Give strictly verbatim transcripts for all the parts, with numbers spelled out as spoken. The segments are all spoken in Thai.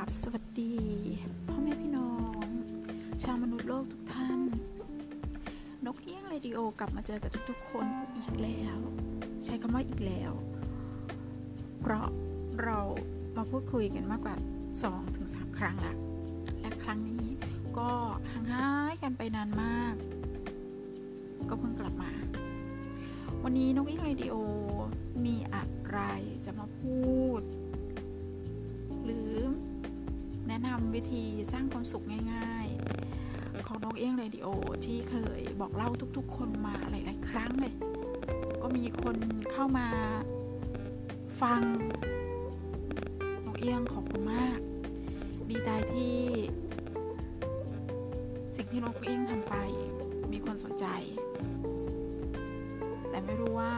สวัสดีพ่อแม่พี่น้องชาวมนุษย์โลกทุกท่านนกเอี้ยงเรดิโอกลับมาเจอกับทุกๆคนอีกแล้วใช้คำว่าอีกแล้วเพราะเรามาพูดคุยกันมากกว่า สองถึงสาม ครั้งละและครั้งนี้ก็ห่างหายกันไปนานมากก็เพิ่งกลับมาวันนี้นกเอี้ยงเรดิโอมีอะไรจะมาพูดหรือแนะนำวิธีสร้างความสุขง่ายๆของนกเอี้ยงเรดิโอที่เคยบอกเล่าทุกๆคนมาหลายๆครั้งเลยก็มีคนเข้ามาฟังนกเอี้ยงขอบคุณมากดีใจที่สิ่งที่นกเอี้ยงทำไปมีคนสนใจแต่ไม่รู้ว่า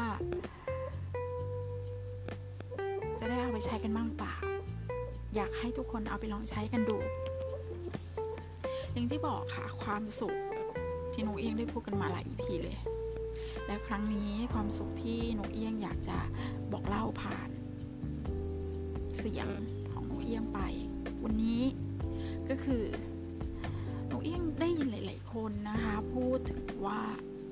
จะได้เอาไปใช้กันบ้างเปล่าอยากให้ทุกคนเอาไปลองใช้กันดูอย่างที่บอกค่ะความสุขที่นกเอี้ยงได้พูดกันมาหลาย อี พี เลยและครั้งนี้ความสุขที่นกเอี้ยงอยากจะบอกเล่าผ่านเสียงของนกเอี้ยงไปวันนี้ก็คือนกเอี้ยงได้ยินหลายๆคนนะคะพูดถึงว่า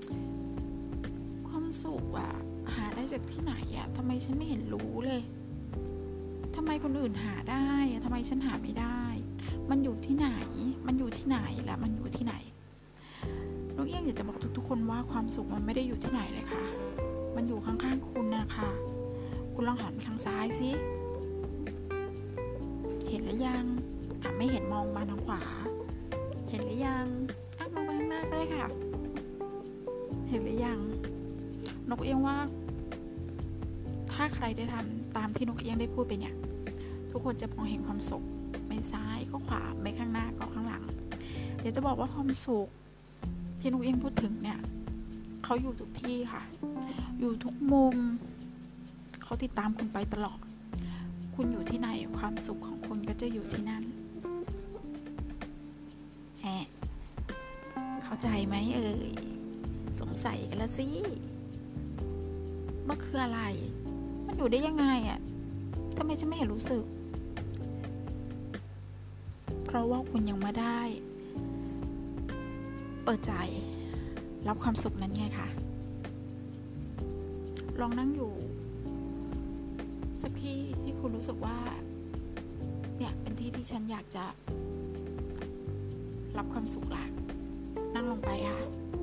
ความสุขอะหาได้จากที่ไหนอะทำไมฉันไม่เห็นรู้เลยทำไมคนอื่นหาได้ทำไมฉันหาไม่ได้มันอยู่ที่ไหนมันอยู่ที่ไหนและมันอยู่ที่ไหนนกเอี้ยงอยากจะบอกทุกๆคนว่าความสุขมันไม่ได้อยู่ที่ไหนเลยค่ะมันอยู่ข้างๆคุณนะคะคุณลองหันไปทางซ้ายสิเห็นหรือยังอ่ะไม่เห็นมองมาทางขวาเห็นหรือยังอ่ะมองไปข้างหน้าก็ได้ค่ะเห็นหรือยังนกเอี้ยงว่าถ้าใครได้ทำตามที่นกเอี้ยงได้พูดไปเนี่ยทุกคนจะมองเห็นความสุขไม่ซ้ายก็ขวาไม่ข้างหน้าก็ข้างหลังเดี๋ยวจะบอกว่าความสุขที่นกเอี้ยงพูดถึงเนี่ยเขาอยู่ทุกที่ค่ะอยู่ทุกมุมเขาติดตามคุณไปตลอดคุณอยู่ที่ไหนความสุขของคุณก็จะอยู่ที่นั่นแหมเข้าใจไหมเอ่ยสงสัยกันละสิมันคืออะไรมันอยู่ได้ยังไงอ่ะทำไมฉันไม่เห็นรู้สึกเพราะว่าคุณยังไม่ได้เปิดใจรับความสุขนั้นไงคะลองนั่งอยู่สักที่ที่คุณรู้สึกว่าเนี่ยเป็นที่ที่ฉันอยากจะรับความสุขละนั่งลงไปค่ะ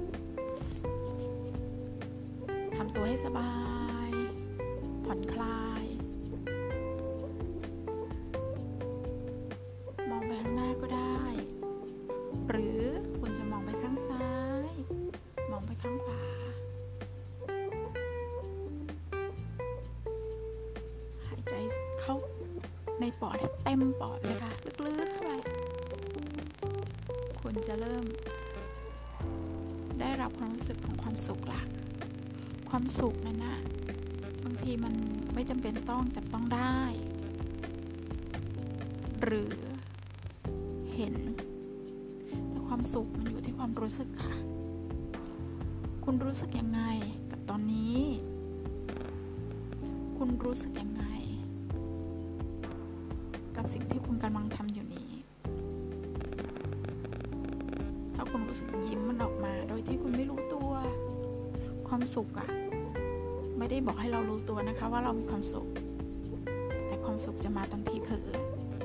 ทำตัวให้สบายผ่อนคลายมองไปข้างหน้าก็ได้หรือคุณจะมองไปข้างซ้ายมองไปข้างขวาหายใจเข้าในปอดให้เต็มปอดเลยค่ะลึกๆเข้าไปคุณจะเริ่มได้รับความรู้สึกของความสุขละความสุขนั้นนะบางทีมันไม่จำเป็นต้องจับต้องได้หรือเห็นแต่ความสุขมันอยู่ที่ความรู้สึกค่ะคุณรู้สึกยังไงกับตอนนี้คุณรู้สึกยังไงกับสิ่งที่คุณกำลังทำอยู่นี้ถ้าคุณรู้สึกยิ้มมันออกมาโดยที่คุณไม่รู้ตัวความสุขอะไม่ได้บอกให้เรารู้ตัวนะคะว่าเรามีความสุขแต่ความสุขจะมาตอนที่เผลอ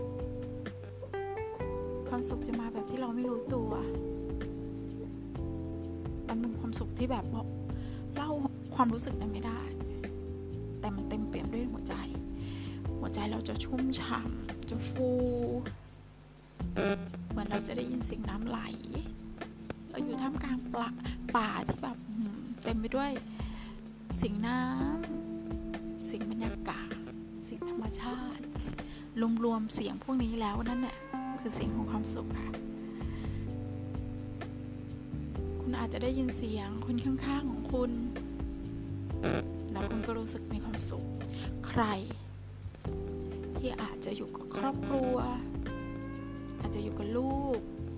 ความสุขจะมาแบบที่เราไม่รู้ตัวมันเป็นความสุขที่แบบบอกเล่าความรู้สึกนั้นไม่ได้แต่มันเต็มเปี่ยมด้วยหัวใจหัวใจเราจะชุ่มฉ่ำจะฟูเหมือนเราจะได้ยินเสียงน้ำไหลเราอยู่ท่ามกลางป่าป่าที่แบบเต็มไปด้วยเสียงน้ำเสียงบรรยากาศเสียงธรรมชาติรวมๆเสียงพวกนี้แล้วนั่นแหละคือเสียงของความสุขค่ะคุณอาจจะได้ยินเสียงคนข้างๆของคุณแล้วคุณก็รู้สึกมีความสุขใครที่อาจจะอยู่กับครอบครัวอาจจะอยู่กับลูก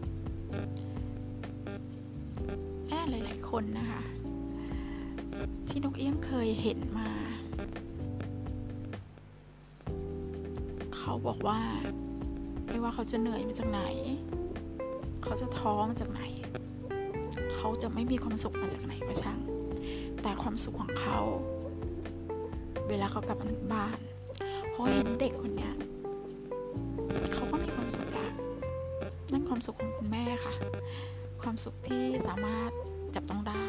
แอบหลายๆคนนะคะที่นกเอี้ยงเคยเห็นมาเขาบอกว่าไม่ว่าเขาจะเหนื่อยมาจากไหนเขาจะท้อมาจากไหนเขาจะไม่มีความสุขมาจากไหนก็ช่างแต่ความสุขของเขาเวลาเขากลับมาถึงบ้านเขาเห็นเด็กคนเนี้ยเขาก็มีความสุขละนั่นความสุขของคุณแม่ค่ะความสุขที่สามารถจับต้องได้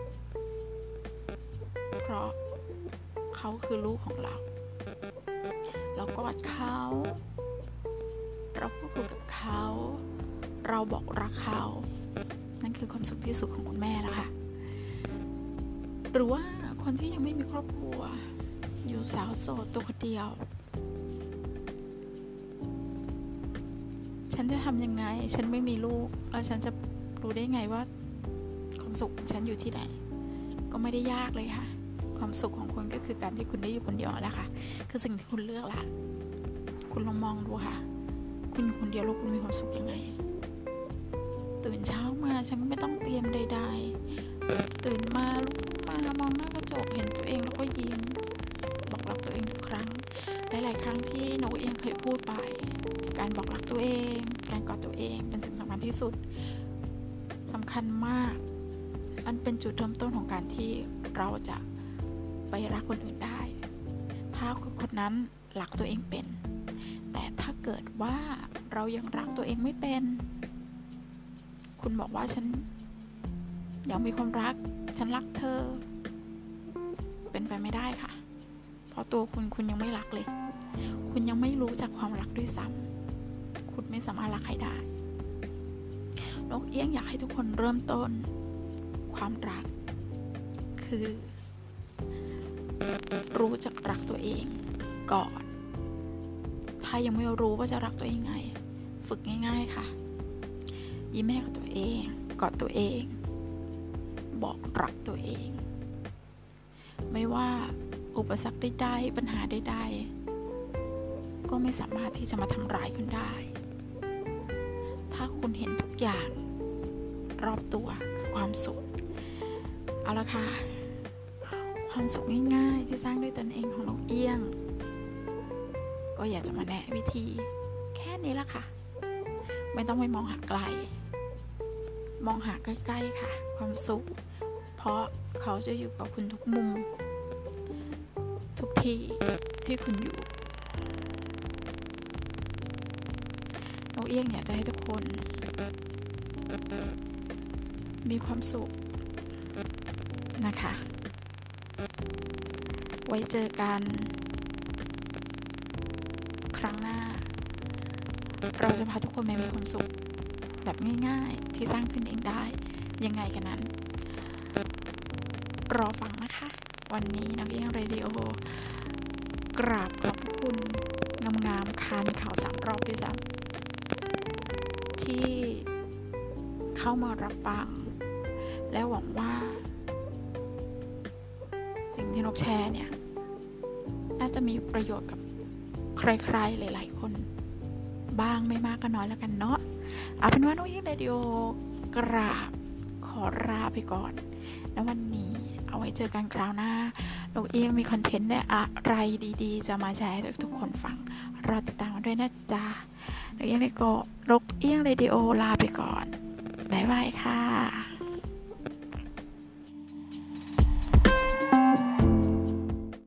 เพราะเขาคือลูกของเราเรากอดเขาเราพูดคุยกับเขาเราบอกรักเขานั่นคือความสุขที่สุดของคุณแม่แล้วค่ะหรือว่าคนที่ยังไม่มีครอบครัวอยู่สาวโสดตัวคนเดียวฉันจะทำยังไงฉันไม่มีลูกแล้วฉันจะรู้ได้ไงว่าความสุขของฉันอยู่ที่ไหนก็ไม่ได้ยากเลยค่ะความสุขของคุณก็คือการที่คุณได้อยู่คนเดียวแหละค่ะคือสิ่งที่คุณเลือกละคุณลองมองดูค่ะคุณอยู่คนเดียวแล้วคุณมีความสุขยังไงตื่นเช้ามาฉันก็ไม่ต้องเตรียมใดๆตื่นมาลุกมามองหน้ากระจกเห็นตัวเองแล้วก็ยิ้มบอกรักตัวเองทุกครั้งหลายๆครั้งที่นกเองเคยพูดไปการบอกรักตัวเองการกอดตัวเองเป็นสิ่งสำคัญที่สุดสำคัญมากอันเป็นจุดเริ่มต้นของการที่เราจะไปรักคนอื่นได้ถ้าคนนั้นรักตัวเองเป็นแต่ถ้าเกิดว่าเรายังรักตัวเองไม่เป็นคุณบอกว่าฉันอยากมีความรักฉันรักเธอเป็นไปไม่ได้ค่ะเพราะตัวคุณคุณยังไม่รักเลยคุณยังไม่รู้จักความรักด้วยซ้ำคุณไม่สามารถรักใครได้นกเอี้ยงอยากให้ทุกคนเริ่มต้นความรักคือรู้จักรักตัวเองก่อนถ้ายังไม่รู้ว่าจะรักตัวเองไงฝึกง่ายๆค่ะยิ้มให้กับตัวเองกอดตัวเองบอกรักตัวเองไม่ว่าอุปสรรคใดๆปัญหาใดๆก็ไม่สามารถที่จะมาทำร้ายคุณได้ถ้าคุณเห็นทุกอย่างรอบตัวคือความสุขเอาละค่ะความสุขง่ายๆที่สร้างด้วยตนเองของนกเอี้ยงก็อยากจะมาแนะวิธีแค่นี้ละค่ะไม่ต้องไปมองหาไกลมองหาใกล้ๆค่ะความสุขเพราะเขาจะอยู่กับคุณทุกมุมทุกที่ที่คุณอยู่นกเอี้ยงอยากจะให้ทุกคนมีความสุขนะคะไว้เจอกันครั้งหน้าเราจะพาทุกคนมามีความสุขแบบง่ายๆที่สร้างขึ้นเองได้ยังไงกันนั้นรอฟังนะคะวันนี้นกเอี้ยงเรดิโอกราบขอบคุณงามๆคานข่าวสามรอบด้วยซ้ำที่เข้ามารับฟังและหวังว่าสิ่งที่นกแชร์เนี่ยน่าจะมีประโยชน์กับใครๆหลายๆคนบ้างไม่มากก็น้อยแล้วกันเนาะเอาเป็นว่านกเอี้ยงเรดิโอกราบขอลาไปก่อนแล้ววันนี้เอาไว้เจอกันคราวหน้านกเอี้ยงมีคอนเทนต์อะไรดีๆจะมาแชร์ให้ทุกคนฟังรอติดตามกันด้วยนะจ๊ะนกเอี้ยงเรดิโอนกเอี้ยงเรดิโอลาไปก่อนบ๊ายบายค่ะ